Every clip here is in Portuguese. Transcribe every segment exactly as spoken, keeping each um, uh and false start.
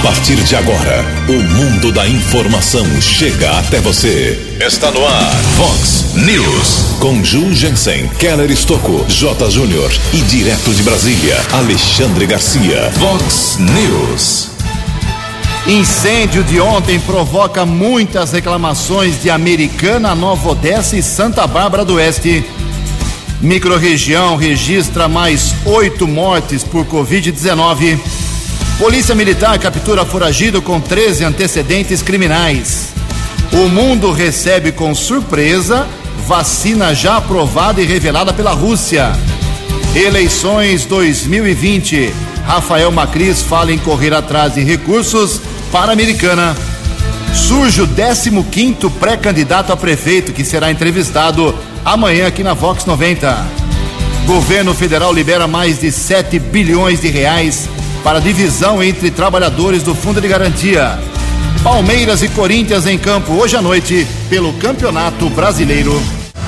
partir de agora, o mundo da informação chega até você. Está no ar, Vox News. Com Ju Jensen, Keller Estocco, J. Júnior e direto de Brasília, Alexandre Garcia. Vox News. Incêndio de ontem provoca muitas reclamações de Americana, Nova Odessa e Santa Bárbara do Oeste. Microrregião registra mais oito mortes por covid dezenove. Polícia Militar captura foragido com treze antecedentes criminais. O mundo recebe com surpresa vacina já aprovada e revelada pela Rússia. Eleições dois mil e vinte. Rafael Macris fala em correr atrás de recursos para a Americana. Surge o décimo quinto pré-candidato a prefeito, que será entrevistado amanhã aqui na Vox noventa. Governo federal libera mais de sete bilhões de reais para divisão entre trabalhadores do Fundo de Garantia. Palmeiras e Corinthians em campo hoje à noite pelo Campeonato Brasileiro.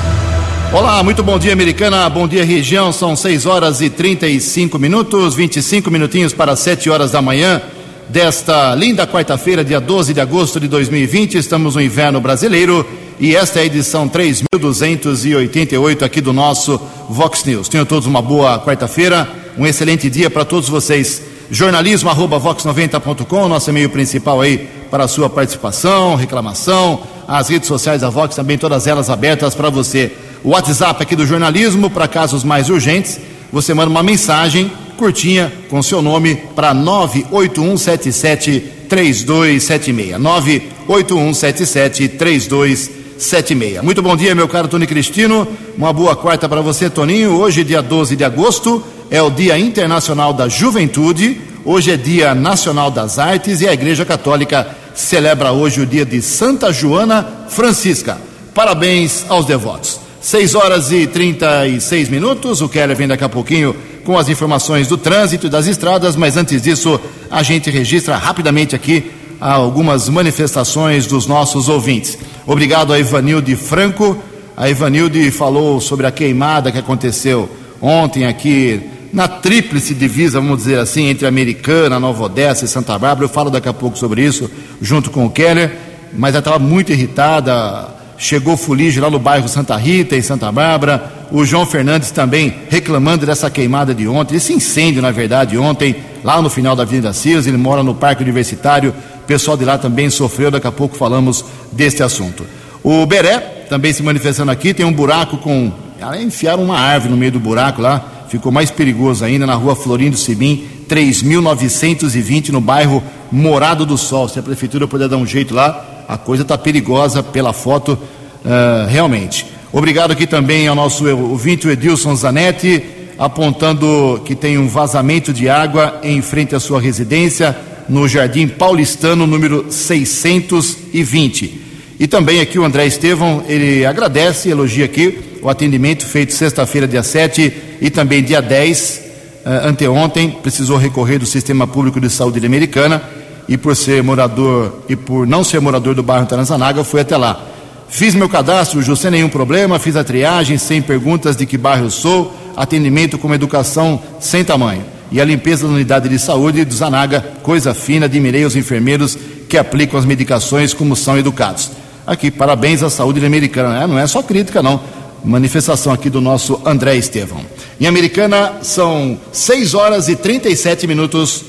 Olá, muito bom dia, Americana, bom dia, região. São seis horas e trinta e cinco minutos, vinte e cinco minutinhos para sete horas da manhã desta linda quarta-feira, dia doze de agosto de dois mil e vinte. Estamos no inverno brasileiro e esta é a edição três mil duzentos e oitenta e oito aqui do nosso Vox News. Tenham todos uma boa quarta-feira, um excelente dia para todos vocês. Jornalismo arroba vox noventa ponto com, nosso e-mail principal aí para a sua participação, reclamação. As redes sociais da Vox também, todas elas abertas para você. O WhatsApp aqui do jornalismo, para casos mais urgentes, você manda uma mensagem curtinha com seu nome para nove oito um sete sete três dois sete seis. nove oito um sete sete três dois sete seis. Muito bom dia, meu caro Tony Cristino. Uma boa quarta para você, Toninho. Hoje, dia doze de agosto, é o Dia Internacional da Juventude. Hoje é Dia Nacional das Artes e a Igreja Católica celebra hoje o dia de Santa Joana Francisca. Parabéns aos devotos. seis horas e trinta e seis minutos. O Keller vem daqui a pouquinho com as informações do trânsito e das estradas, mas antes disso a gente registra rapidamente aqui algumas manifestações dos nossos ouvintes. Obrigado a Ivanilde Franco. A Ivanilde falou sobre a queimada que aconteceu ontem aqui na tríplice divisa, vamos dizer assim, entre Americana, Nova Odessa e Santa Bárbara. Eu falo daqui a pouco sobre isso junto com o Keller, mas ela estava muito irritada. Chegou fuligem lá no bairro Santa Rita, em Santa Bárbara. O João Fernandes também reclamando dessa queimada de ontem, esse incêndio, na verdade, ontem, lá no final da Avenida Cias. Ele mora no Parque Universitário, o pessoal de lá também sofreu. Daqui a pouco falamos deste assunto. O Beré também se manifestando aqui, tem um buraco com... enfiaram uma árvore no meio do buraco lá, ficou mais perigoso ainda, na rua Florindo Sibim, três mil novecentos e vinte, no bairro Morado do Sol. Se a prefeitura puder dar um jeito lá, a coisa está perigosa pela foto, uh, realmente. Obrigado aqui também ao nosso ouvinte, o Edilson Zanetti, apontando que tem um vazamento de água em frente à sua residência, no Jardim Paulistano, número seiscentos e vinte. E também aqui o André Estevão, ele agradece e elogia aqui o atendimento feito sexta-feira, dia sete, e também dia dez, uh, anteontem, precisou recorrer do Sistema Público de Saúde Americana, e por ser morador, e por não ser morador do bairro Taranzanaga, fui até lá. Fiz meu cadastro, Ju, sem nenhum problema, fiz a triagem, sem perguntas de que bairro eu sou, atendimento com educação sem tamanho. E a limpeza da unidade de saúde do Zanaga, coisa fina, admirei os enfermeiros que aplicam as medicações como são educados. Aqui, parabéns à saúde americana, né? Não é só crítica, não. Manifestação aqui do nosso André Estevão. Em Americana, são seis horas e trinta e sete minutos.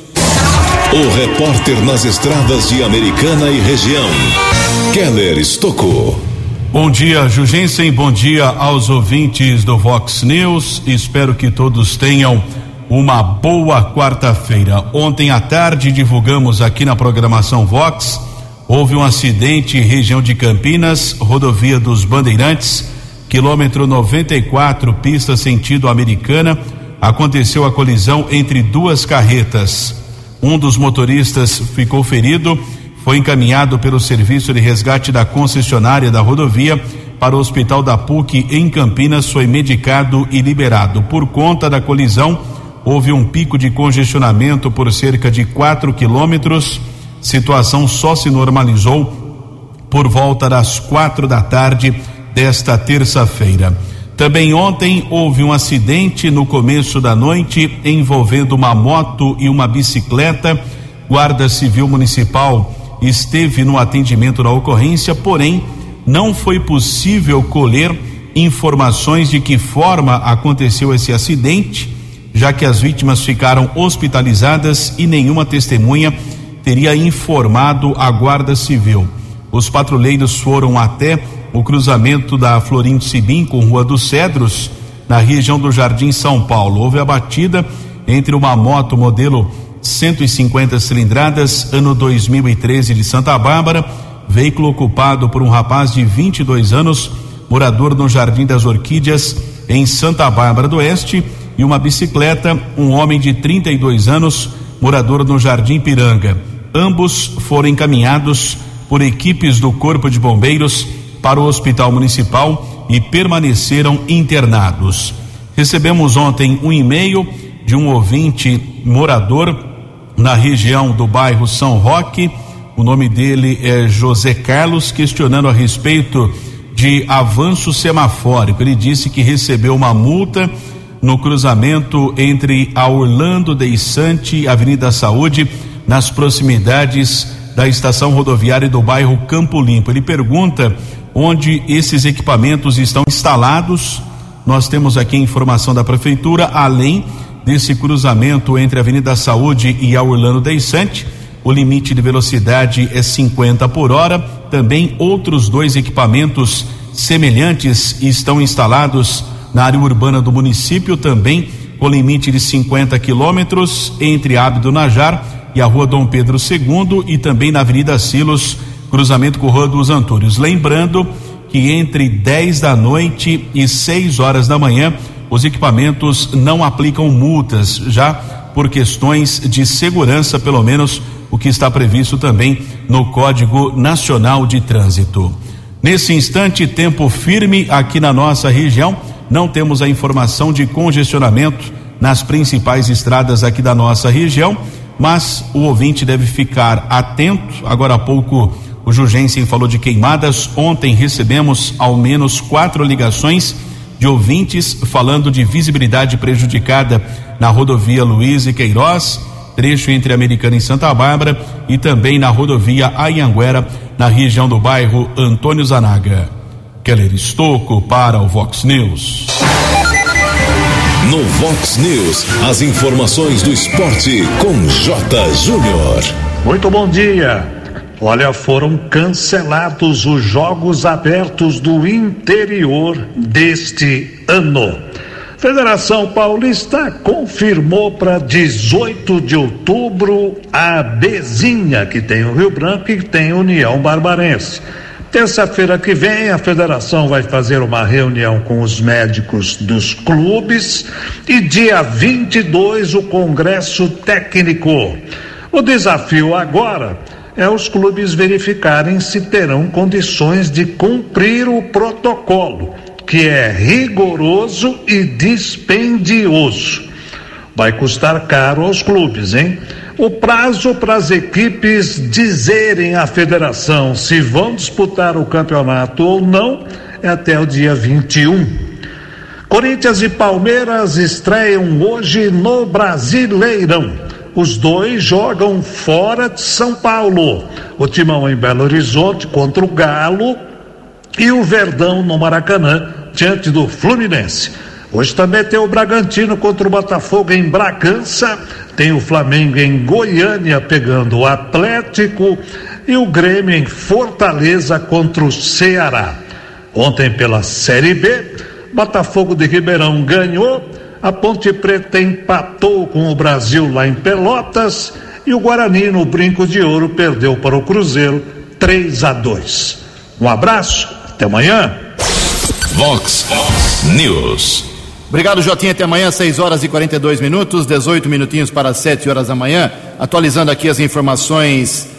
O repórter nas estradas de Americana e região, Keller Estocco. Bom dia, Jugensen, bom dia aos ouvintes do Vox News. Espero que todos tenham uma boa quarta-feira. Ontem à tarde divulgamos aqui na programação Vox, houve um acidente em região de Campinas, rodovia dos Bandeirantes, quilômetro noventa e quatro, pista sentido Americana. Aconteceu a colisão entre duas carretas. Um dos motoristas ficou ferido, foi encaminhado pelo serviço de resgate da concessionária da rodovia para o hospital da P U C em Campinas, foi medicado e liberado. Por conta da colisão, houve um pico de congestionamento por cerca de quatro quilômetros. Situação só se normalizou por volta das quatro da tarde desta terça-feira. Também ontem houve um acidente no começo da noite envolvendo uma moto e uma bicicleta Guarda Civil Municipal esteve no atendimento da ocorrência, porém não foi possível colher informações de que forma aconteceu esse acidente, já que as vítimas ficaram hospitalizadas e nenhuma testemunha teria informado a Guarda Civil. Os patrulheiros foram até o cruzamento da Florindo Sibim com Rua dos Cedros, na região do Jardim São Paulo. Houve a batida entre uma moto modelo cento e cinquenta cilindradas, ano dois mil e treze, de Santa Bárbara, veículo ocupado por um rapaz de vinte e dois anos, morador no Jardim das Orquídeas, em Santa Bárbara do Oeste, e uma bicicleta, um homem de trinta e dois anos, morador no Jardim Piranga. Ambos foram encaminhados por equipes do Corpo de Bombeiros para o Hospital Municipal e permaneceram internados. Recebemos ontem um e-mail de um ouvinte morador na região do bairro São Roque. O nome dele é José Carlos, questionando a respeito de avanço semafórico. Ele disse que recebeu uma multa no cruzamento entre a Orlando Deissante e a Avenida Saúde, nas proximidades da estação rodoviária do bairro Campo Limpo. Ele pergunta onde esses equipamentos estão instalados. Nós temos aqui a informação da prefeitura, além desse cruzamento entre a Avenida Saúde e a Orlando Deissante, o limite de velocidade é cinquenta por hora. Também outros dois equipamentos semelhantes estão instalados na área urbana do município, também com limite de cinquenta quilômetros, entre Ábido Najar e a Rua Dom Pedro segundo, e também na Avenida Silos, cruzamento com a Rua dos Antônios. Lembrando que entre dez da noite e seis horas da manhã, os equipamentos não aplicam multas, já por questões de segurança, pelo menos o que está previsto também no Código Nacional de Trânsito. Nesse instante, tempo firme aqui na nossa região. Não temos a informação de congestionamento nas principais estradas aqui da nossa região, mas o ouvinte deve ficar atento. Agora há pouco o Jugensen falou de queimadas. Ontem recebemos ao menos quatro ligações de ouvintes falando de visibilidade prejudicada na rodovia Luiz e Queiroz, trecho entre Americana e Santa Bárbara, e também na rodovia Anhanguera, na região do bairro Antônio Zanaga. Keller Estocco para o Vox News. No Vox News, as informações do esporte com J. Júnior. Muito bom dia. Olha, foram cancelados os Jogos Abertos do Interior deste ano. Federação Paulista confirmou para dezoito de outubro a Bezinha, que tem o Rio Branco e que tem a União Barbarense. Terça-feira que vem, a federação vai fazer uma reunião com os médicos dos clubes e dia vinte e dois o Congresso Técnico. O desafio agora é os clubes verificarem se terão condições de cumprir o protocolo, que é rigoroso e dispendioso. Vai custar caro aos clubes, hein? O prazo para as equipes dizerem à federação se vão disputar o campeonato ou não é até o dia vinte e um. Corinthians e Palmeiras estreiam hoje no Brasileirão. Os dois jogam fora de São Paulo. O Timão em Belo Horizonte contra o Galo e o Verdão no Maracanã diante do Fluminense. Hoje também tem o Bragantino contra o Botafogo em Bragança, tem o Flamengo em Goiânia pegando o Atlético e o Grêmio em Fortaleza contra o Ceará. Ontem pela Série B, Botafogo de Ribeirão ganhou, a Ponte Preta empatou com o Brasil lá em Pelotas e o Guarani no Brinco de Ouro perdeu para o Cruzeiro três a dois. Um abraço, até amanhã. Vox News. Obrigado, Jotinha. Até amanhã, seis horas e quarenta e dois minutos, dezoito minutinhos para sete horas da manhã. Atualizando aqui as informações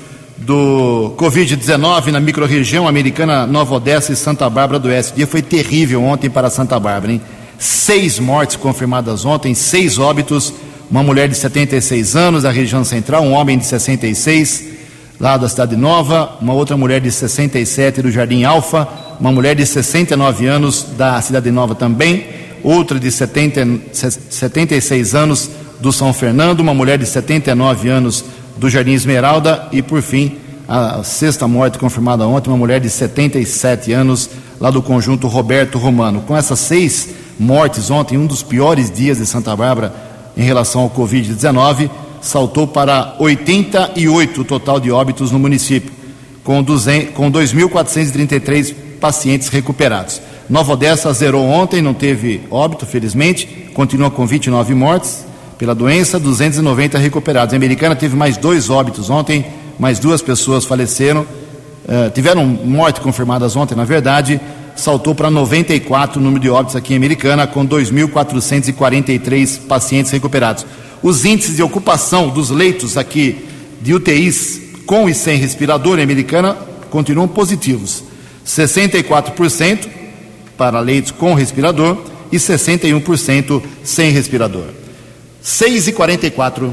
do covid dezenove na microrregião Americana, Nova Odessa e Santa Bárbara do Oeste. O dia foi terrível ontem para Santa Bárbara, hein? Seis mortes confirmadas ontem, seis óbitos. Uma mulher de setenta e seis anos da região central, um homem de sessenta e seis lá da Cidade Nova, uma outra mulher de sessenta e sete do Jardim Alfa, uma mulher de sessenta e nove anos da Cidade Nova também, outra de setenta, setenta e seis anos do São Fernando, uma mulher de setenta e nove anos do Jardim Esmeralda. E por fim, a sexta morte confirmada ontem, uma mulher de setenta e sete anos lá do conjunto Roberto Romano. Com essas seis mortes ontem, um dos piores dias de Santa Bárbara em relação ao covid dezenove, saltou para oitenta e oito o total de óbitos no município, com, com dois mil quatrocentos e trinta e três pacientes recuperados. Nova Odessa zerou ontem, não teve óbito, felizmente, continua com vinte e nove mortes pela doença, duzentos e noventa recuperados. A Americana teve mais dois óbitos ontem, mais duas pessoas faleceram, uh, tiveram mortes confirmadas ontem, na verdade, saltou para noventa e quatro o número de óbitos aqui em Americana, com dois mil quatrocentos e quarenta e três pacientes recuperados. Os índices de ocupação dos leitos aqui de U T Is com e sem respirador em Americana continuam positivos. sessenta e quatro por cento para leitos com respirador e sessenta e um por cento sem respirador. seis e quarenta e quatro.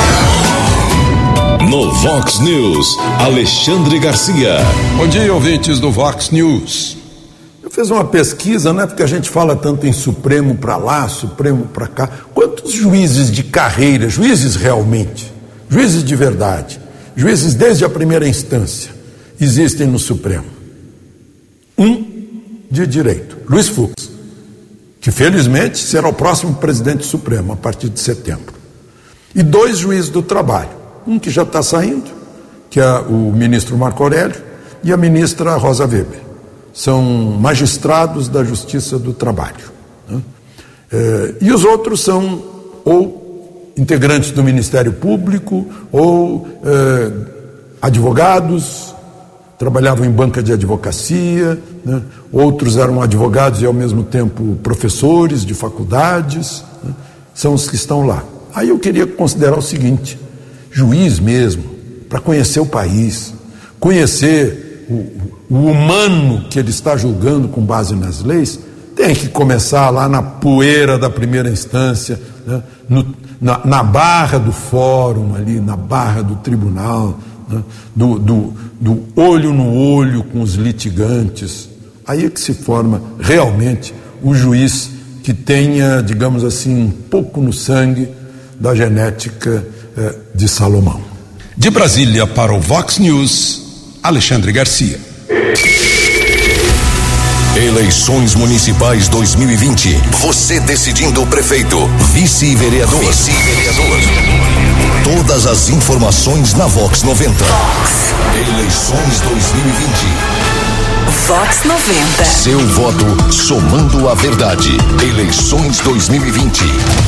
No Vox News, Alexandre Garcia. Bom dia, ouvintes do Vox News. Eu fiz uma pesquisa, né, porque a gente fala tanto em Supremo para lá, Supremo para cá. Quantos juízes de carreira, juízes realmente, juízes de verdade, juízes desde a primeira instância, existem no Supremo? Um de direito, Luiz Fux, que felizmente será o próximo presidente do Supremo a partir de setembro. E dois juízes do trabalho, um que já está saindo, que é o ministro Marco Aurélio, e a ministra Rosa Weber. São magistrados da Justiça do Trabalho, né? É, e os outros são ou integrantes do Ministério Público ou é, advogados, trabalhavam em banca de advocacia, né? Outros eram advogados e ao mesmo tempo professores de faculdades, né? São os que estão lá. Aí eu queria considerar o seguinte: juiz mesmo, para conhecer o país, conhecer o, o humano que ele está julgando com base nas leis, tem que começar lá na poeira da primeira instância, né? no, na, na barra do fórum ali, na barra do tribunal, né? do, do, do olho no olho com os litigantes. Aí é que se forma realmente o juiz que tenha, digamos assim, um pouco no sangue da genética eh, de Salomão. De Brasília para o Vox News, Alexandre Garcia. Eleições Municipais dois mil e vinte. Você decidindo o prefeito, vice-vereador. Vice-vereador. Todas as informações na Vox noventa. Vox. Eleições dois mil e vinte. Vox noventa. Seu voto somando a verdade. Eleições dois mil e vinte.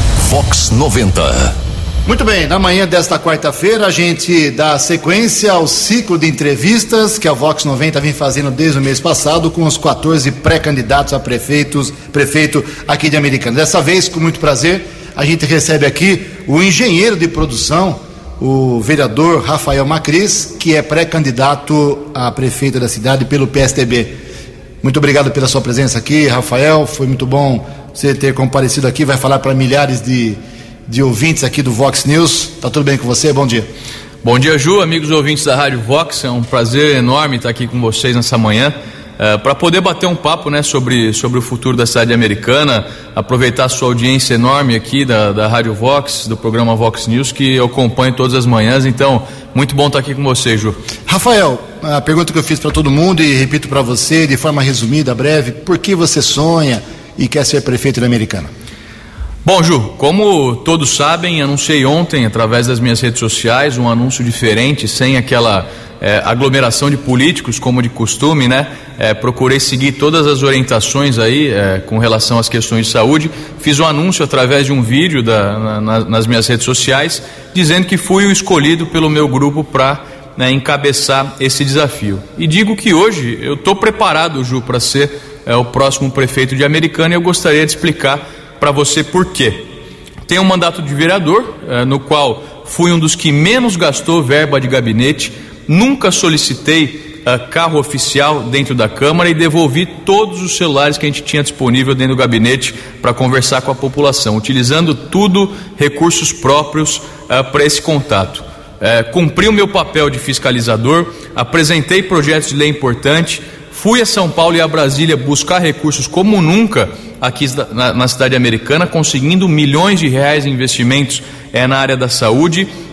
Vox noventa. Muito bem, na manhã desta quarta-feira a gente dá sequência ao ciclo de entrevistas que a Vox noventa vem fazendo desde o mês passado com os quatorze pré-candidatos a prefeitos, prefeito aqui de Americana. Dessa vez, com muito prazer, a gente recebe aqui o engenheiro de produção, o vereador Rafael Macris, que é pré-candidato a prefeito da cidade pelo P S D B. Muito obrigado pela sua presença aqui, Rafael. Foi muito bom você ter comparecido aqui. Vai falar para milhares de, de ouvintes aqui do Vox News. Tá tudo bem com você? Bom dia. Bom dia, Ju, amigos ouvintes da Rádio Vox. É um prazer enorme estar aqui com vocês nessa manhã. Uh, para poder bater um papo, né, sobre, sobre o futuro da cidade americana, aproveitar a sua audiência enorme aqui da, da Rádio Vox, do programa Vox News, que eu acompanho todas as manhãs. Então, muito bom estar aqui com você, Ju. Rafael, a pergunta que eu fiz para todo mundo e repito para você de forma resumida, breve: por que você sonha e quer ser prefeito da Americana? Bom, Ju, como todos sabem, anunciei ontem, através das minhas redes sociais, um anúncio diferente, sem aquela é, aglomeração de políticos, como de costume, né? É, procurei seguir todas as orientações aí, é, com relação às questões de saúde. Fiz um anúncio através de um vídeo da, na, nas minhas redes sociais, dizendo que fui o escolhido pelo meu grupo para, né, encabeçar esse desafio. E digo que hoje eu estou preparado, Ju, para ser é, o próximo prefeito de Americana, e eu gostaria de explicar para você por quê. Tenho um mandato de vereador, eh, no qual fui um dos que menos gastou verba de gabinete, nunca solicitei eh, carro oficial dentro da Câmara e devolvi todos os celulares que a gente tinha disponível dentro do gabinete para conversar com a população, utilizando tudo recursos próprios eh, para esse contato. Eh, cumpri o meu papel de fiscalizador, apresentei projetos de lei importantes, fui a São Paulo e a Brasília buscar recursos como nunca aqui na, na cidade americana, conseguindo milhões de reais em investimentos é, na área da saúde,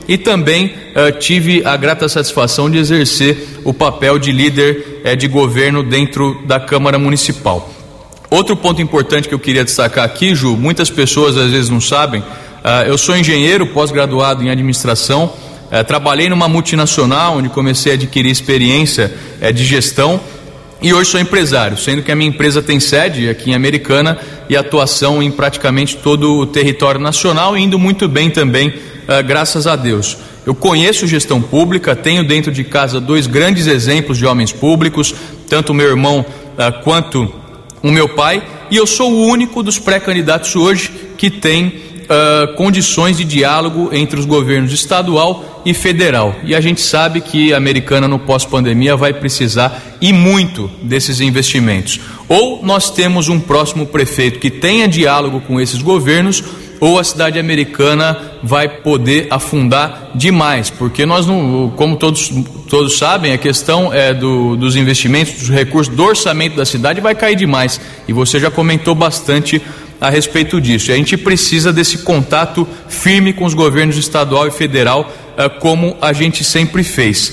e também uh, tive a grata satisfação de exercer o papel de líder uh, de governo dentro da Câmara Municipal. Outro ponto importante que eu queria destacar aqui, Ju, muitas pessoas às vezes não sabem, uh, eu sou engenheiro pós-graduado em administração, uh, trabalhei numa multinacional onde comecei a adquirir experiência uh, de gestão e hoje sou empresário, sendo que a minha empresa tem sede aqui em Americana e atuação em praticamente todo o território nacional, indo muito bem também, uh, graças a Deus. Eu conheço gestão pública, tenho dentro de casa dois grandes exemplos de homens públicos, tanto o meu irmão uh, quanto o meu pai, e eu sou o único dos pré-candidatos hoje que tem uh, condições de diálogo entre os governos estadual e federal. E a gente sabe que a Americana no pós-pandemia vai precisar e muito desses investimentos. Ou nós temos um próximo prefeito que tenha diálogo com esses governos, ou a cidade americana vai poder afundar demais, porque nós não, como todos, todos sabem, a questão é do, dos investimentos, dos recursos, do orçamento da cidade vai cair demais, e você já comentou bastante a respeito disso. E a gente precisa desse contato firme com os governos estadual e federal, como a gente sempre fez.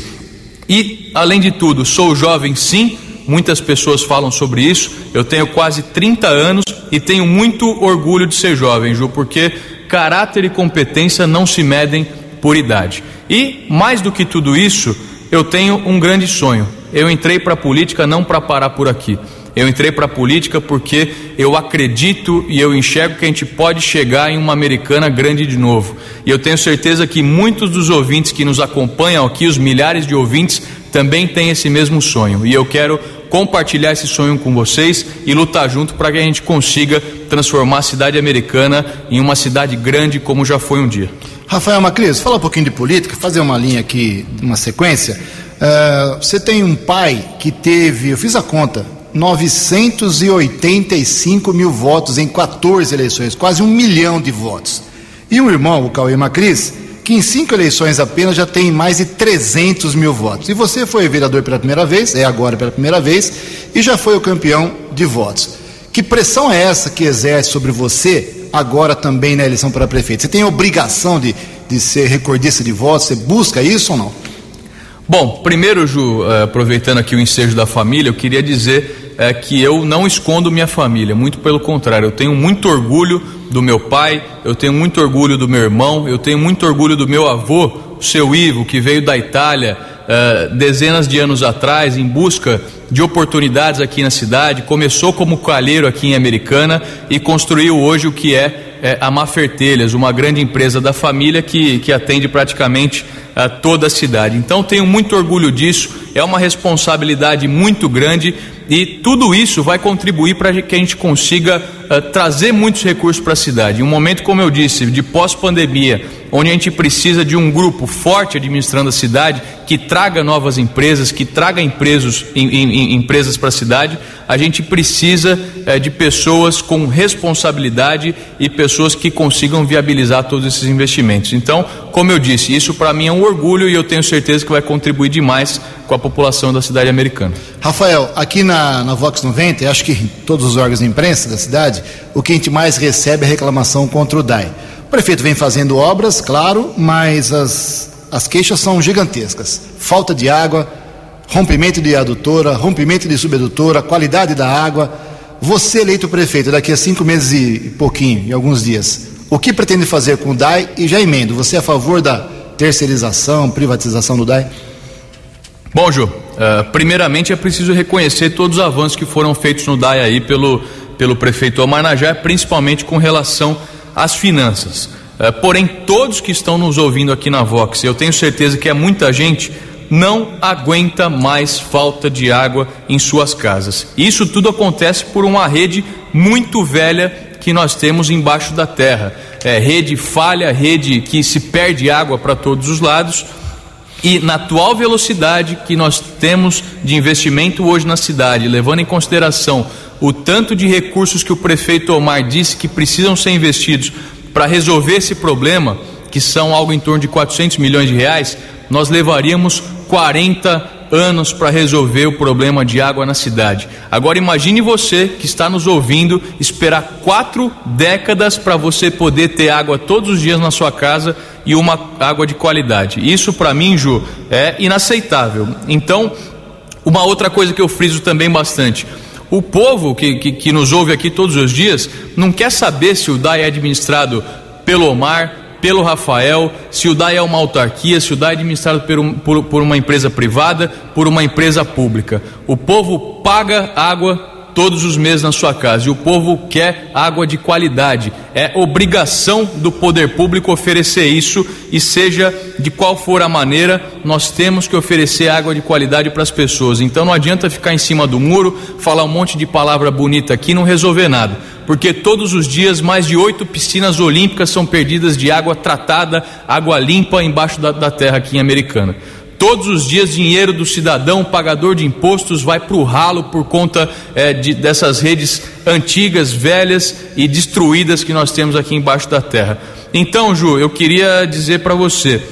E, além de tudo, sou jovem sim, muitas pessoas falam sobre isso, eu tenho quase trinta anos e tenho muito orgulho de ser jovem, Ju, porque caráter e competência não se medem por idade. E, mais do que tudo isso, eu tenho um grande sonho. Eu entrei para a política não para parar por aqui. Eu entrei para a política porque eu acredito e eu enxergo que a gente pode chegar em uma Americana grande de novo. E eu tenho certeza que muitos dos ouvintes que nos acompanham aqui, os milhares de ouvintes, também têm esse mesmo sonho. E eu quero compartilhar esse sonho com vocês e lutar junto para que a gente consiga transformar a cidade americana em uma cidade grande como já foi um dia. Rafael Macris, fala um pouquinho de política, fazer uma linha aqui, uma sequência. Uh, você tem um pai que teve, eu fiz a conta, novecentos e oitenta e cinco mil votos em quatorze eleições, quase um milhão de votos. E um irmão, o Cauê Macris, que em cinco eleições apenas já tem mais de trezentos mil votos. E você foi vereador pela primeira vez, é agora pela primeira vez, e já foi o campeão de votos. Que pressão é essa que exerce sobre você agora também na eleição para prefeito? Você tem a obrigação de, de ser recordista de votos? Você busca isso ou não? Bom, primeiro, Ju, aproveitando aqui o ensejo da família, eu queria dizer é, que eu não escondo minha família, muito pelo contrário, eu tenho muito orgulho do meu pai, eu tenho muito orgulho do meu irmão, eu tenho muito orgulho do meu avô, o seu Ivo, que veio da Itália é, dezenas de anos atrás em busca de oportunidades aqui na cidade, começou como calheiro aqui em Americana e construiu hoje o que é, é a Mafertelhas, uma grande empresa da família que, que atende praticamente a toda a cidade. Então tenho muito orgulho disso, é uma responsabilidade muito grande e tudo isso vai contribuir para que a gente consiga uh, trazer muitos recursos para a cidade. Em um momento, como eu disse, de pós-pandemia, onde a gente precisa de um grupo forte administrando a cidade, que traga novas empresas, que traga empresas, em, em, empresas para a cidade, a gente precisa uh, de pessoas com responsabilidade e pessoas que consigam viabilizar todos esses investimentos. Então, como eu disse, isso para mim é um orgulho e eu tenho certeza que vai contribuir demais com a população da cidade americana. Rafael, aqui na, na Vox noventa, acho que em todos os órgãos de imprensa da cidade, o que a gente mais recebe é reclamação contra o D A I. O prefeito vem fazendo obras, claro, mas as, as queixas são gigantescas. Falta de água, rompimento de adutora, rompimento de subadutora, qualidade da água. Você, eleito prefeito, daqui a cinco meses e pouquinho, em alguns dias, o que pretende fazer com o D A I? E já emendo, você é a favor da terceirização, privatização do D A I? Bom, Ju, uh, primeiramente é preciso reconhecer todos os avanços que foram feitos no D A I aí pelo, pelo prefeito Omar Najjar, principalmente com relação às finanças. Uh, porém, todos que estão nos ouvindo aqui na Vox, eu tenho certeza que é muita gente, não aguenta mais falta de água em suas casas. Isso tudo acontece por uma rede muito velha que nós temos embaixo da terra. É, rede falha, rede que se perde água para todos os lados. E na atual velocidade que nós temos de investimento hoje na cidade, levando em consideração o tanto de recursos que o prefeito Omar disse que precisam ser investidos para resolver esse problema, que são algo em torno de quatrocentos milhões de reais, nós levaríamos quarenta anos para resolver o problema de água na cidade. Agora imagine você que está nos ouvindo esperar quatro décadas para você poder ter água todos os dias na sua casa e uma água de qualidade. Isso para mim, Ju, é inaceitável. Então, uma outra coisa que eu friso também bastante: o povo que, que, que nos ouve aqui todos os dias não quer saber se o D A I é administrado pelo Omar, pelo Rafael, se o D A I é uma autarquia, se o D A I é administrado por, um, por, por uma empresa privada, por uma empresa pública. O povo paga água todos os meses na sua casa, e o povo quer água de qualidade. É obrigação do poder público oferecer isso, e seja de qual for a maneira, nós temos que oferecer água de qualidade para as pessoas. Então não adianta ficar em cima do muro, falar um monte de palavra bonita aqui e não resolver nada, porque todos os dias mais de oito piscinas olímpicas são perdidas de água tratada, água limpa embaixo da, da terra aqui em Americana. Todos os dias dinheiro do cidadão, pagador de impostos, vai para o ralo por conta é, de, dessas redes antigas, velhas e destruídas que nós temos aqui embaixo da terra. Então, Ju, eu queria dizer para você,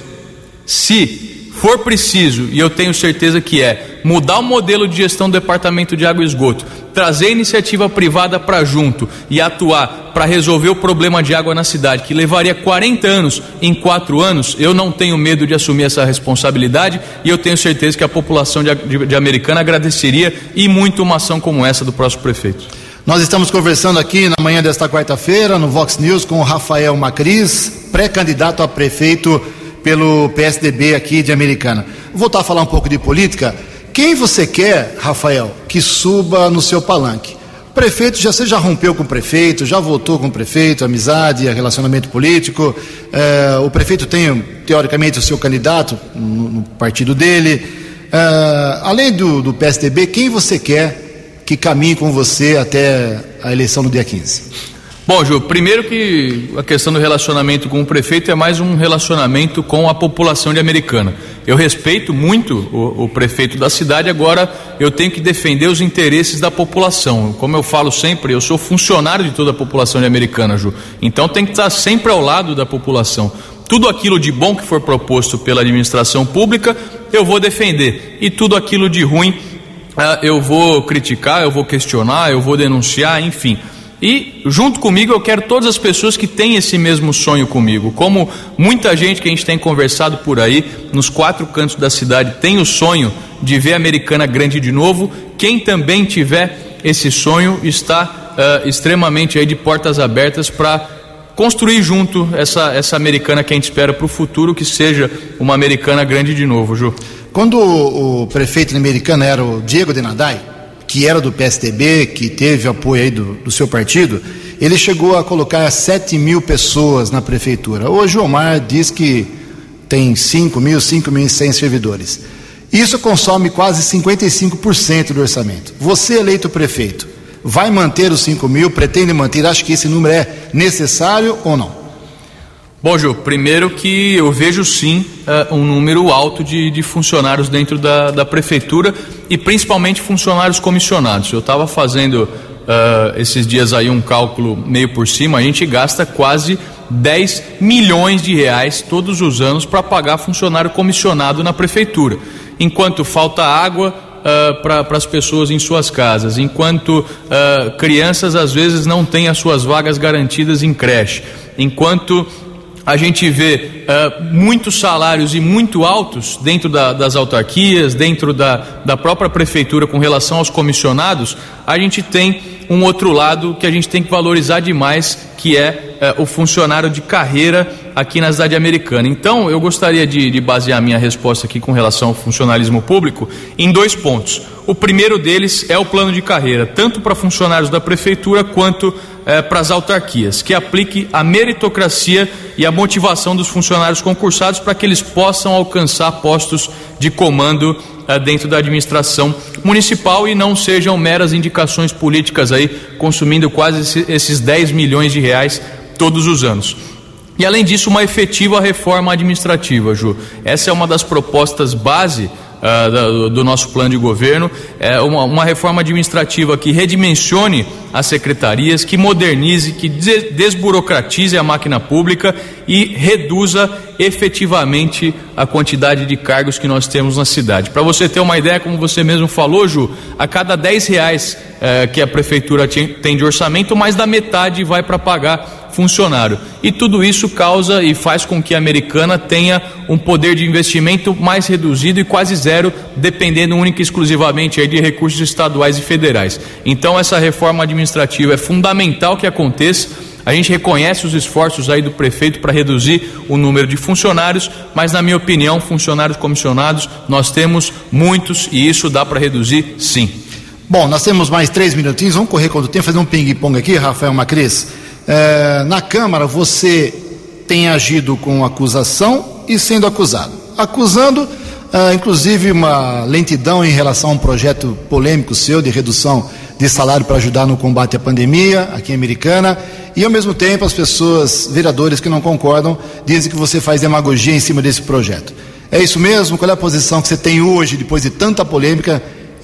se for preciso, e eu tenho certeza que é, mudar o modelo de gestão do Departamento de Água e Esgoto, trazer iniciativa privada para junto e atuar para resolver o problema de água na cidade, que levaria quarenta anos em quatro anos, eu não tenho medo de assumir essa responsabilidade, e eu tenho certeza que a população de, de, de Americana agradeceria e muito uma ação como essa do próximo prefeito. Nós estamos conversando aqui na manhã desta quarta-feira no Vox News com o Rafael Macris, pré-candidato a prefeito pelo P S D B aqui de Americana. Vou voltar a falar um pouco de política. Quem você quer, Rafael, que suba no seu palanque? O prefeito, já, você já rompeu com o prefeito, já votou com o prefeito, amizade, relacionamento político. É, o prefeito tem, teoricamente, o seu candidato no, no partido dele. É, além do, do P S D B, quem você quer que caminhe com você até a eleição no dia quinze? Bom, Ju, primeiro que a questão do relacionamento com o prefeito é mais um relacionamento com a população de Americana. Eu respeito muito o, o prefeito da cidade, agora eu tenho que defender os interesses da população. Como eu falo sempre, eu sou funcionário de toda a população de Americana, Ju. Então tem que estar sempre ao lado da população. Tudo aquilo de bom que for proposto pela administração pública, eu vou defender. E tudo aquilo de ruim, uh, eu vou criticar, eu vou questionar, eu vou denunciar, enfim. E junto comigo eu quero todas as pessoas que têm esse mesmo sonho comigo. Como muita gente que a gente tem conversado por aí, nos quatro cantos da cidade, tem o sonho de ver a Americana grande de novo. Quem também tiver esse sonho está uh, extremamente aí de portas abertas para construir junto essa, essa Americana que a gente espera para o futuro, que seja uma Americana grande de novo, Ju. Quando o, o prefeito de Americana era o Diego Denadai, que era do P S D B, que teve apoio aí do, do seu partido, ele chegou a colocar sete mil pessoas na prefeitura. Hoje o Omar diz que tem cinco mil, cinco mil e cem servidores. Isso consome quase cinquenta e cinco por cento do orçamento. Você, eleito prefeito, vai manter os cinco mil, pretende manter? Acha que esse número é necessário ou não? Bom, Ju, primeiro que eu vejo sim uh, um número alto de, de funcionários dentro da, da prefeitura, e principalmente funcionários comissionados. Eu estava fazendo uh, esses dias aí um cálculo meio por cima, a gente gasta quase dez milhões de reais todos os anos para pagar funcionário comissionado na prefeitura. Enquanto falta água uh, para as pessoas em suas casas, enquanto uh, crianças às vezes não têm as suas vagas garantidas em creche, enquanto a gente vê uh, muitos salários e muito altos dentro da, das autarquias, dentro da, da própria prefeitura com relação aos comissionados, a gente tem um outro lado que a gente tem que valorizar demais, que é uh, o funcionário de carreira aqui na cidade americana. Então, eu gostaria de, de basear a minha resposta aqui com relação ao funcionalismo público em dois pontos. O primeiro deles é o plano de carreira, tanto para funcionários da prefeitura quanto eh, para as autarquias, que aplique a meritocracia e a motivação dos funcionários concursados para que eles possam alcançar postos de comando eh, dentro da administração municipal e não sejam meras indicações políticas aí, consumindo quase esse, esses dez milhões de reais todos os anos. E além disso, uma efetiva reforma administrativa, Ju. Essa é uma das propostas base Uh, do, do nosso plano de governo, é uma, uma reforma administrativa que redimensione as secretarias, que modernize, que des- desburocratize a máquina pública e reduza efetivamente a quantidade de cargos que nós temos na cidade. Para você ter uma ideia, como você mesmo falou, Ju, a cada dez reais uh, que a prefeitura tem de orçamento, mais da metade vai para pagar funcionário. E tudo isso causa e faz com que a Americana tenha um poder de investimento mais reduzido e quase zero, dependendo única e exclusivamente aí de recursos estaduais e federais. Então essa reforma administrativa é fundamental que aconteça. A gente reconhece os esforços aí do prefeito para reduzir o número de funcionários, mas na minha opinião, funcionários comissionados, nós temos muitos e isso dá para reduzir sim. Bom, nós temos mais três minutinhos, vamos correr quanto tempo, fazer um ping-pong aqui, Rafael Macris. É, na Câmara você tem agido com acusação e sendo acusado. Acusando, ah, inclusive, uma lentidão em relação a um projeto polêmico seu de redução de salário para ajudar no combate à pandemia aqui em Americana, e ao mesmo tempo as pessoas, vereadores que não concordam, dizem que você faz demagogia em cima desse projeto. É isso mesmo? Qual é a posição que você tem hoje, depois de tanta polêmica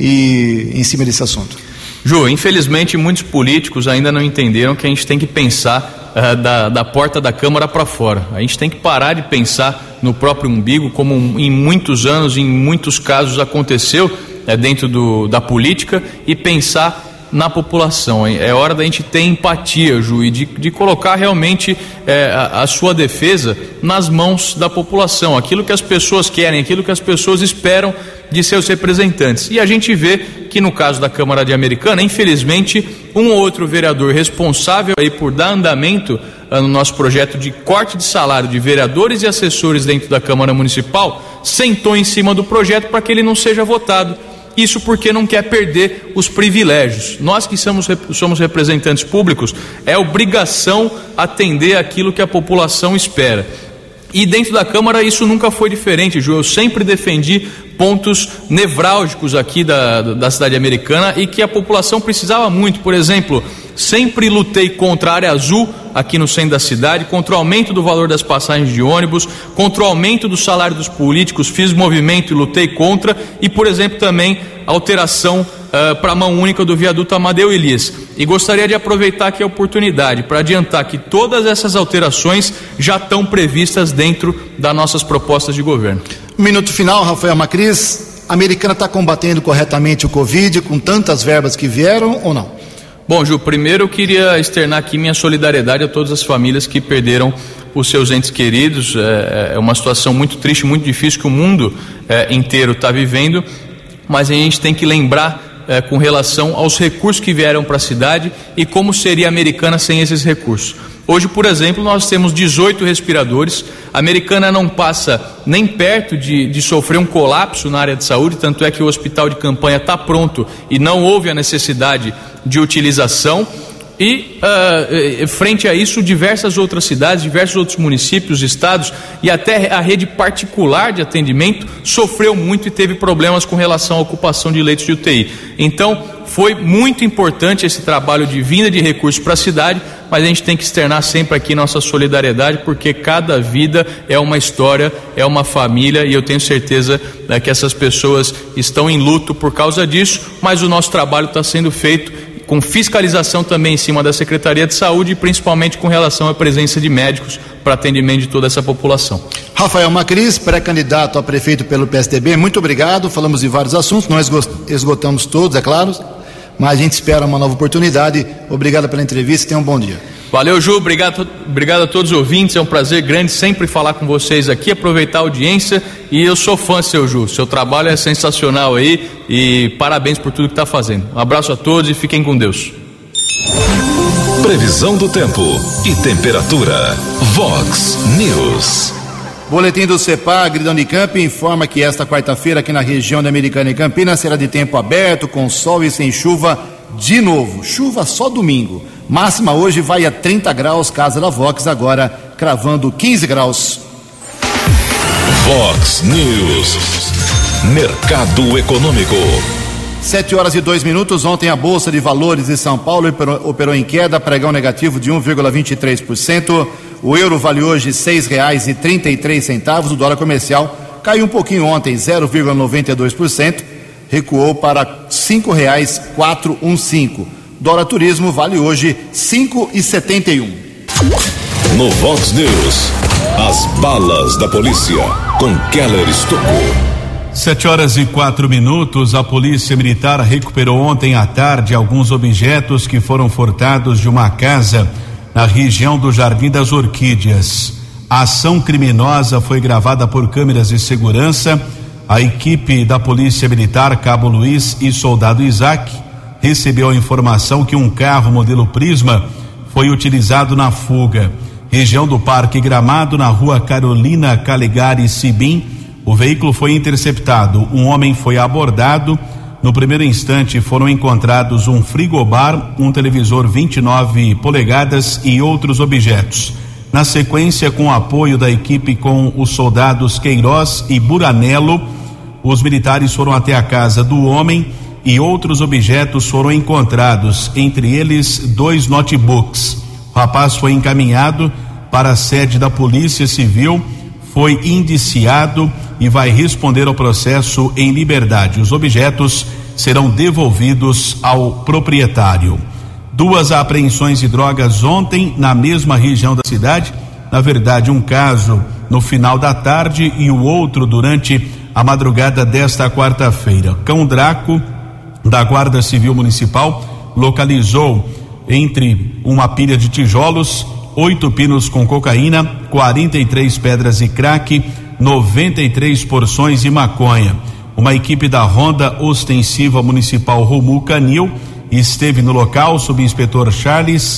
e em cima desse assunto? Ju, infelizmente muitos políticos ainda não entenderam que a gente tem que pensar uh, da, da porta da Câmara para fora. A gente tem que parar de pensar no próprio umbigo, como em muitos anos, em muitos casos aconteceu uh, dentro do, da política, e pensar na população. É hora da gente ter empatia, Ju, e de, de colocar realmente é, a, a sua defesa nas mãos da população, aquilo que as pessoas querem, aquilo que as pessoas esperam de seus representantes. E a gente vê que no caso da Câmara de Americana, infelizmente, um ou outro vereador responsável aí por dar andamento uh, no nosso projeto de corte de salário de vereadores e assessores dentro da Câmara Municipal, sentou em cima do projeto para que ele não seja votado. Isso porque não quer perder os privilégios. Nós que somos, somos representantes públicos, é obrigação atender aquilo que a população espera. E dentro da Câmara isso nunca foi diferente, Ju. Eu sempre defendi pontos nevrálgicos aqui da, da cidade americana e que a população precisava muito. Por exemplo, sempre lutei contra a área azul aqui no centro da cidade, contra o aumento do valor das passagens de ônibus, contra o aumento do salário dos políticos, fiz movimento e lutei contra, e por exemplo também alteração uh, para a mão única do viaduto Amadeu Elias. E gostaria de aproveitar aqui a oportunidade para adiantar que todas essas alterações já estão previstas dentro das nossas propostas de governo. Um minuto final, Rafael Macris. A Americana está combatendo corretamente o Covid com tantas verbas que vieram ou não? Bom, Ju, primeiro eu queria externar aqui minha solidariedade a todas as famílias que perderam os seus entes queridos. É, é uma situação muito triste, muito difícil que o mundo é, inteiro está vivendo, mas a gente tem que lembrar é, com relação aos recursos que vieram para a cidade e como seria a Americana sem esses recursos. Hoje, por exemplo, nós temos dezoito respiradores. A Americana não passa nem perto de, de sofrer um colapso na área de saúde, tanto é que o hospital de campanha está pronto e não houve a necessidade de utilização. E uh, frente a isso, diversas outras cidades, diversos outros municípios, estados e até a rede particular de atendimento sofreu muito e teve problemas com relação à ocupação de leitos de U T I. Então foi muito importante esse trabalho de vinda de recursos para a cidade, mas a gente tem que externar sempre aqui nossa solidariedade, porque cada vida é uma história, é uma família, e eu tenho certeza né, que essas pessoas estão em luto por causa disso, mas o nosso trabalho está sendo feito com fiscalização também em cima da Secretaria de Saúde e principalmente com relação à presença de médicos para atendimento de toda essa população. Rafael Macris, pré-candidato a prefeito pelo P S D B, muito obrigado, falamos de vários assuntos, nós esgotamos todos, é claro, mas a gente espera uma nova oportunidade. Obrigado pela entrevista e tenha um bom dia. Valeu, Ju, obrigado, obrigado a todos os ouvintes, é um prazer grande sempre falar com vocês aqui, aproveitar a audiência, e eu sou fã, seu Ju, seu trabalho é sensacional aí e parabéns por tudo que está fazendo. Um abraço a todos e fiquem com Deus. Previsão do tempo e temperatura. Vox News. Boletim do CEPAG da Unicamp informa que esta quarta-feira aqui na região da Americana e Campinas será de tempo aberto, com sol e sem chuva de novo. Chuva só domingo. Máxima hoje vai a trinta graus, casa da Vox agora cravando quinze graus. Vox News. Mercado Econômico. Sete horas e dois minutos. Ontem a Bolsa de Valores de São Paulo operou, operou em queda, pregão negativo de um vírgula vinte e três por cento. O euro vale hoje seis reais e trinta e três centavos. O dólar comercial caiu um pouquinho ontem, zero vírgula noventa e dois por cento. Recuou para cinco reais quatrocentos e quinze. Dólar turismo vale hoje cinco e setenta e um. No Vox News, as balas da polícia com Keller Estocou. Sete horas e quatro minutos. A Polícia Militar recuperou ontem à tarde alguns objetos que foram furtados de uma casa na região do Jardim das Orquídeas. A ação criminosa foi gravada por câmeras de segurança. A equipe da Polícia Militar, Cabo Luiz e Soldado Isaac, recebeu a informação que um carro modelo Prisma foi utilizado na fuga. Região do Parque Gramado, na rua Carolina Calegari Sibim, o veículo foi interceptado. Um homem foi abordado. No primeiro instante foram encontrados um frigobar, um televisor vinte e nove polegadas e outros objetos. Na sequência, com o apoio da equipe com os soldados Queiroz e Buranello, os militares foram até a casa do homem e outros objetos foram encontrados, entre eles dois notebooks. O rapaz foi encaminhado para a sede da Polícia Civil, foi indiciado e vai responder ao processo em liberdade. Os objetos serão devolvidos ao proprietário. Duas apreensões de drogas ontem na mesma região da cidade. Na verdade, um caso no final da tarde e o outro durante a madrugada desta quarta-feira. Cão Draco da Guarda Civil Municipal localizou entre uma pilha de tijolos oito pinos com cocaína, quarenta e três pedras de crack, noventa e três porções de maconha. Uma equipe da Ronda Ostensiva Municipal Romul Canil esteve no local, subinspetor Charles,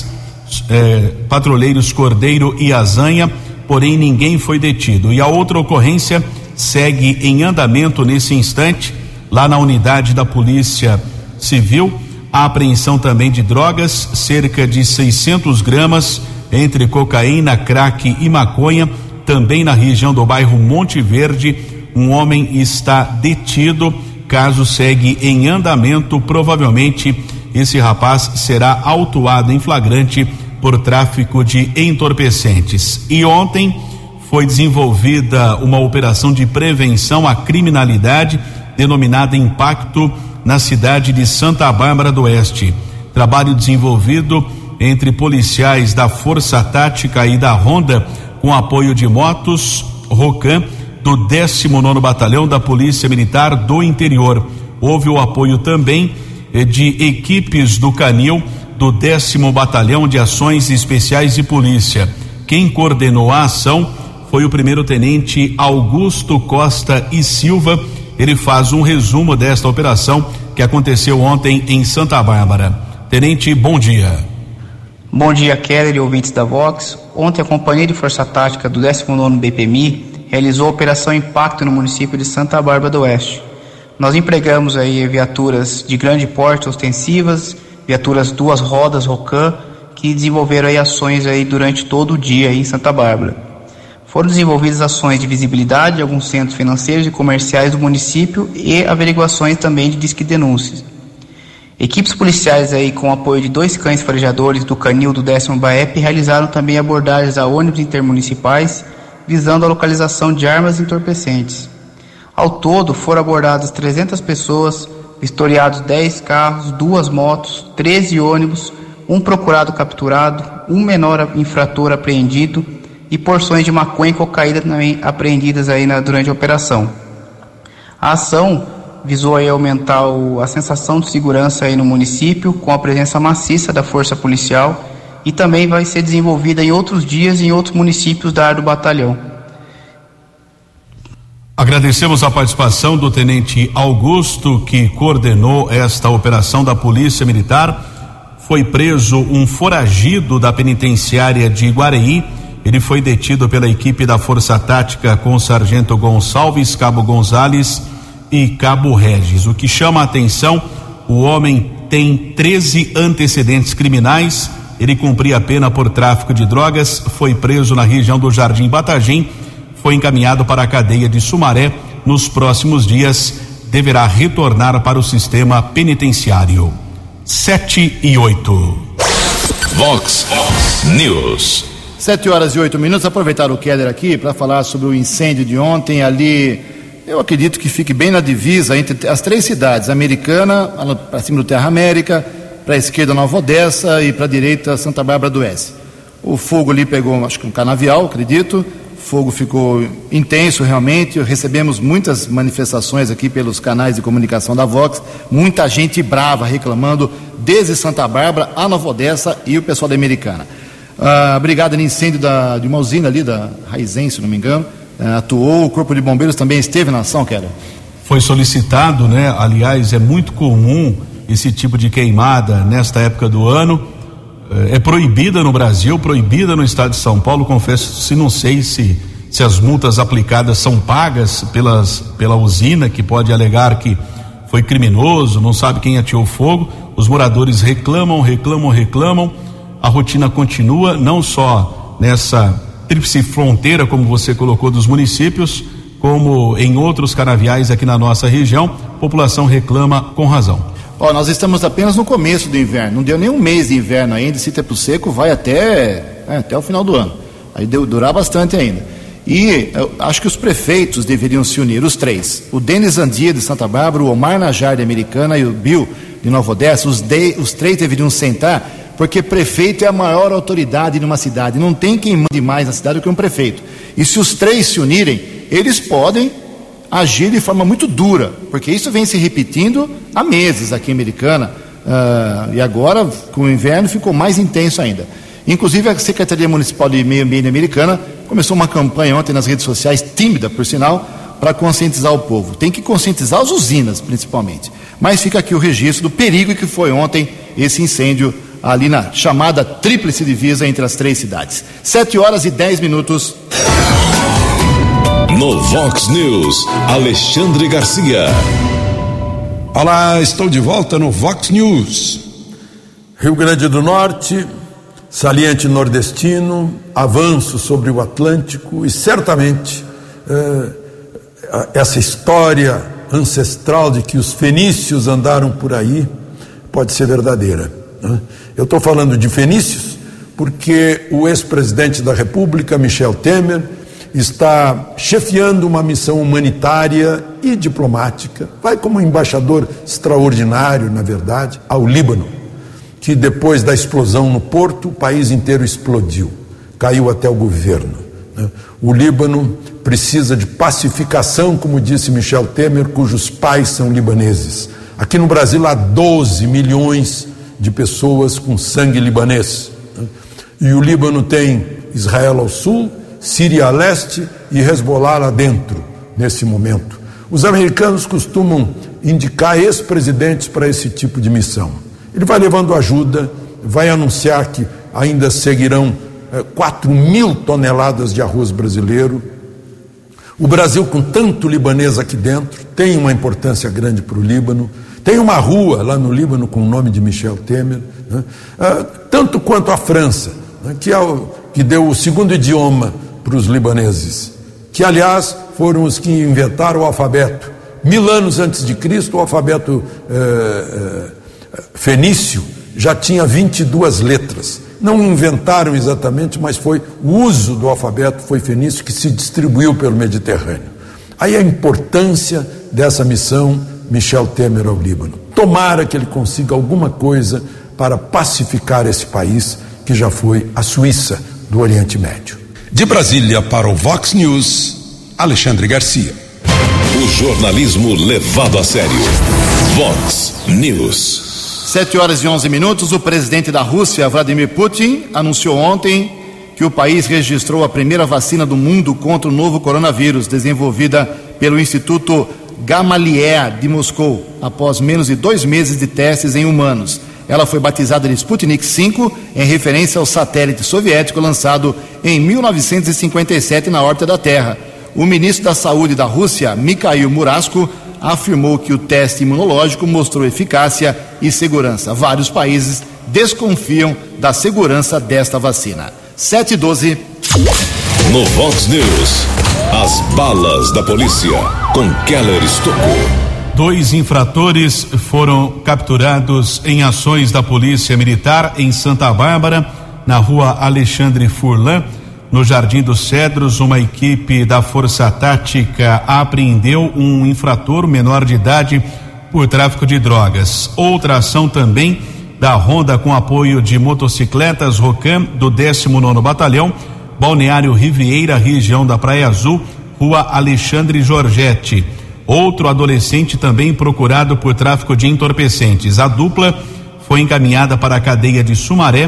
eh, patrulheiros Cordeiro e Azanha, porém ninguém foi detido. E a outra ocorrência segue em andamento nesse instante, lá na unidade da Polícia Civil. A apreensão também de drogas, cerca de seiscentos gramas entre cocaína, crack e maconha, também na região do bairro Monte Verde. Um homem está detido, caso segue em andamento. Provavelmente esse rapaz será autuado em flagrante por tráfico de entorpecentes. E ontem foi desenvolvida uma operação de prevenção à criminalidade denominada Impacto na cidade de Santa Bárbara do Oeste. Trabalho desenvolvido entre policiais da Força Tática e da Ronda, com apoio de motos Rocan do décimo nono Batalhão da Polícia Militar do Interior. Houve o apoio também de equipes do Canil do décimo Batalhão de Ações Especiais de Polícia. Quem coordenou a ação foi o primeiro-tenente Augusto Costa e Silva. Ele faz um resumo desta operação que aconteceu ontem em Santa Bárbara. Tenente, bom dia. Bom dia, Keller e ouvintes da Vox. Ontem a Companhia de Força Tática do décimo nono B P M I realizou a Operação Impacto no município de Santa Bárbara do Oeste. Nós empregamos aí viaturas de grande porte ostensivas, viaturas duas rodas Rocan, que desenvolveram aí ações aí durante todo o dia aí em Santa Bárbara. Foram desenvolvidas ações de visibilidade de alguns centros financeiros e comerciais do município e averiguações também de disque denúncias. Equipes policiais aí com apoio de dois cães farejadores do Canil do décimo BAEP realizaram também abordagens a ônibus intermunicipais visando a localização de armas entorpecentes. Ao todo foram abordadas trezentas pessoas, vistoriados dez carros, duas motos, treze ônibus, um procurado capturado, um menor infrator apreendido e porções de maconha e cocaína também apreendidas aí na, durante a operação. A ação visou aí aumentar o, a sensação de segurança aí no município com a presença maciça da força policial e também vai ser desenvolvida em outros dias em outros municípios da área do batalhão. Agradecemos a participação do tenente Augusto, que coordenou esta operação da Polícia Militar. Foi preso um foragido da penitenciária de Iguareí. Ele foi detido pela equipe da Força Tática com o sargento Gonçalves, cabo Gonzales e cabo Regis. O que chama a atenção, o homem tem treze antecedentes criminais. Ele cumpria a pena por tráfico de drogas, foi preso na região do Jardim Batagim, foi encaminhado para a cadeia de Sumaré. Nos próximos dias deverá retornar para o sistema penitenciário. Sete e oito. Vox News. Sete horas e oito minutos. Aproveitar o Keller aqui para falar sobre o incêndio de ontem ali. Eu acredito que fique bem na divisa entre as três cidades, Americana, para cima do Terra América, para a esquerda Nova Odessa e para a direita Santa Bárbara do Oeste. O fogo ali pegou, acho que um canavial, acredito. O fogo ficou intenso realmente. Recebemos muitas manifestações aqui pelos canais de comunicação da Vox, muita gente brava reclamando desde Santa Bárbara a Nova Odessa e o pessoal da Americana. A brigada de incêndio da, de uma usina ali, da Raizen, se não me engano, atuou. O Corpo de Bombeiros também esteve na ação, Keller? Foi solicitado, né? Aliás, é muito comum esse tipo de queimada nesta época do ano. É proibida no Brasil, proibida no estado de São Paulo. Confesso, se não sei se, se as multas aplicadas são pagas pelas, pela usina, que pode alegar que foi criminoso, não sabe quem ateou fogo. Os moradores reclamam, reclamam, reclamam. A rotina continua, não só nessa tríplice fronteira, como você colocou, dos municípios, como em outros canaviais aqui na nossa região. A população reclama com razão. Ó, nós estamos apenas no começo do inverno, não deu nem um mês de inverno ainda. Esse tempo seco vai até, é, até o final do ano, aí deu durar bastante ainda. E eu acho que os prefeitos deveriam se unir, os três, o Denis Andia de Santa Bárbara, o Omar Najar de Americana e o Bill de Nova Odessa. Os, de, os três deveriam sentar, porque prefeito é a maior autoridade numa cidade, não tem quem mande mais na cidade do que um prefeito. E se os três se unirem, eles podem agir de forma muito dura, porque isso vem se repetindo há meses aqui em Americana, uh, e agora com o inverno ficou mais intenso ainda. Inclusive a Secretaria Municipal de Meio Ambiente Americana começou uma campanha ontem nas redes sociais, tímida por sinal, para conscientizar o povo. Tem que conscientizar as usinas principalmente, mas fica aqui o registro do perigo que foi ontem esse incêndio ali na chamada tríplice divisa entre as três cidades. Sete horas e dez minutos. No Vox News, Alexandre Garcia. Olá, estou de volta no Vox News. Rio Grande do Norte, saliente nordestino, avanço sobre o Atlântico e certamente eh, essa história ancestral de que os fenícios andaram por aí pode ser verdadeira, né? Eu estou falando de fenícios porque o ex-presidente da República, Michel Temer, está chefiando uma missão humanitária e diplomática, vai como embaixador extraordinário, na verdade, ao Líbano, que depois da explosão no porto, o país inteiro explodiu, caiu até o governo, né? O Líbano precisa de pacificação, como disse Michel Temer, cujos pais são libaneses. Aqui no Brasil há doze milhões de pessoas com sangue libanês, né? E o Líbano tem Israel ao sul, Síria a leste e Hezbollah lá dentro, nesse momento. Os americanos costumam indicar ex-presidentes para esse tipo de missão. Ele vai levando ajuda, vai anunciar que ainda seguirão eh, quatro mil toneladas de arroz brasileiro. O Brasil, com tanto libanês aqui dentro, tem uma importância grande para o Líbano. Tem uma rua lá no Líbano com o nome de Michel Temer, né? ah, tanto quanto a França, né? que, é o, que deu o segundo idioma para os libaneses, que aliás foram os que inventaram o alfabeto. Mil anos antes de Cristo, o alfabeto eh, eh, fenício já tinha vinte e duas letras. Não inventaram exatamente, mas foi o uso do alfabeto foi fenício que se distribuiu pelo Mediterrâneo. Aí a importância dessa missão Michel Temer ao Líbano. Tomara que ele consiga alguma coisa para pacificar esse país que já foi a Suíça do Oriente Médio. De Brasília para o Vox News, Alexandre Garcia. O jornalismo levado a sério. Vox News. Sete horas e onze minutos. O presidente da Rússia, Vladimir Putin, anunciou ontem que o país registrou a primeira vacina do mundo contra o novo coronavírus, desenvolvida pelo Instituto Gamaleya de Moscou, após menos de dois meses de testes em humanos. Ela foi batizada de Sputnik cinco, em referência ao satélite soviético lançado em mil novecentos e cinquenta e sete na órbita da Terra. O ministro da Saúde da Rússia, Mikhail Murasko, afirmou que o teste imunológico mostrou eficácia e segurança. Vários países desconfiam da segurança desta vacina. sete e doze. No Vox News, as balas da polícia com Keller Estocou. Dois infratores foram capturados em ações da Polícia Militar em Santa Bárbara, na rua Alexandre Furlan. No Jardim dos Cedros, uma equipe da Força Tática apreendeu um infrator menor de idade por tráfico de drogas. Outra ação também da Ronda com apoio de motocicletas Rocam do décimo nono Batalhão, Balneário Riviera, região da Praia Azul, rua Alexandre Giorgetti. Outro adolescente também procurado por tráfico de entorpecentes. A dupla foi encaminhada para a cadeia de Sumaré,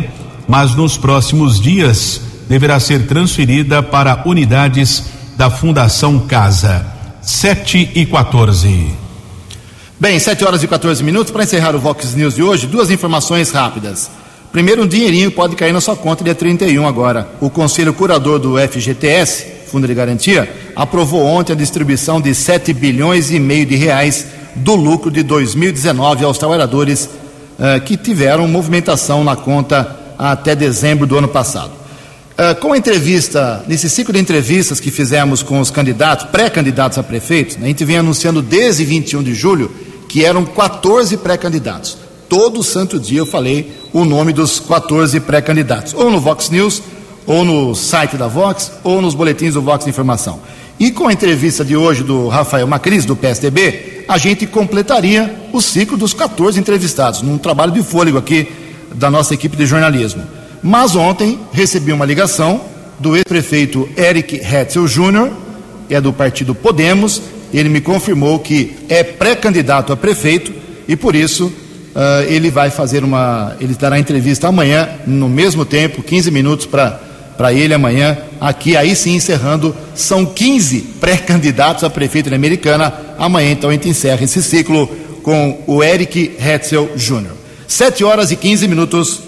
mas nos próximos dias deverá ser transferida para unidades da Fundação Casa. sete e quatorze. Bem, sete horas e quatorze minutos. Para encerrar o Vox News de hoje, duas informações rápidas. Primeiro, um dinheirinho pode cair na sua conta dia trinta e um agora. O Conselho Curador do F G T S, Fundo de Garantia, aprovou ontem a distribuição de sete bilhões e meio de reais do lucro de dois mil e dezenove aos trabalhadores uh, que tiveram movimentação na conta até dezembro do ano passado. Uh, com a entrevista, nesse ciclo de entrevistas que fizemos com os candidatos, pré-candidatos a prefeitos, né, a gente vem anunciando desde vinte e um de julho que eram quatorze pré-candidatos. Todo santo dia eu falei o nome dos quatorze pré-candidatos, ou no Vox News, ou no site da Vox, ou nos boletins do Vox de Informação. E com a entrevista de hoje do Rafael Macris, do P S D B, a gente completaria o ciclo dos quatorze entrevistados, num trabalho de fôlego aqui da nossa equipe de jornalismo. Mas ontem recebi uma ligação do ex-prefeito Eric Hetzel Júnior, que é do partido Podemos. Ele me confirmou que é pré-candidato a prefeito e por isso uh, ele vai fazer uma, ele dará entrevista amanhã no mesmo tempo, quinze minutos para para ele amanhã, aqui aí sim encerrando, são quinze pré-candidatos a prefeito da Americana. Amanhã então a gente encerra esse ciclo com o Eric Hetzel Júnior. sete horas e quinze minutos.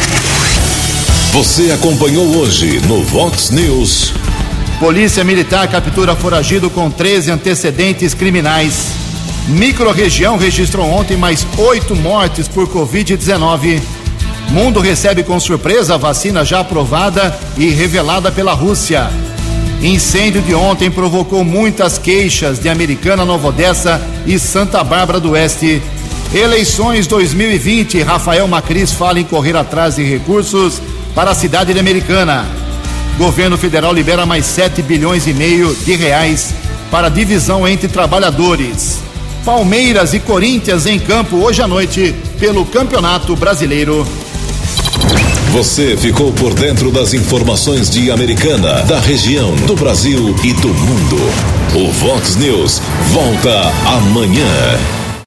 Você acompanhou hoje no Vox News. Polícia Militar captura foragido com treze antecedentes criminais. Microrregião registrou ontem mais oito mortes por covid dezenove. Mundo recebe com surpresa a vacina já aprovada e revelada pela Rússia. Incêndio de ontem provocou muitas queixas de Americana, Nova Odessa e Santa Bárbara do Oeste. Eleições dois mil e vinte, Rafael Macris fala em correr atrás de recursos para a cidade de Americana. Governo federal libera mais sete bilhões e meio de reais para divisão entre trabalhadores. Palmeiras e Corinthians em campo hoje à noite pelo Campeonato Brasileiro. Você ficou por dentro das informações de Americana, da região, do Brasil e do mundo. O Vox News volta amanhã.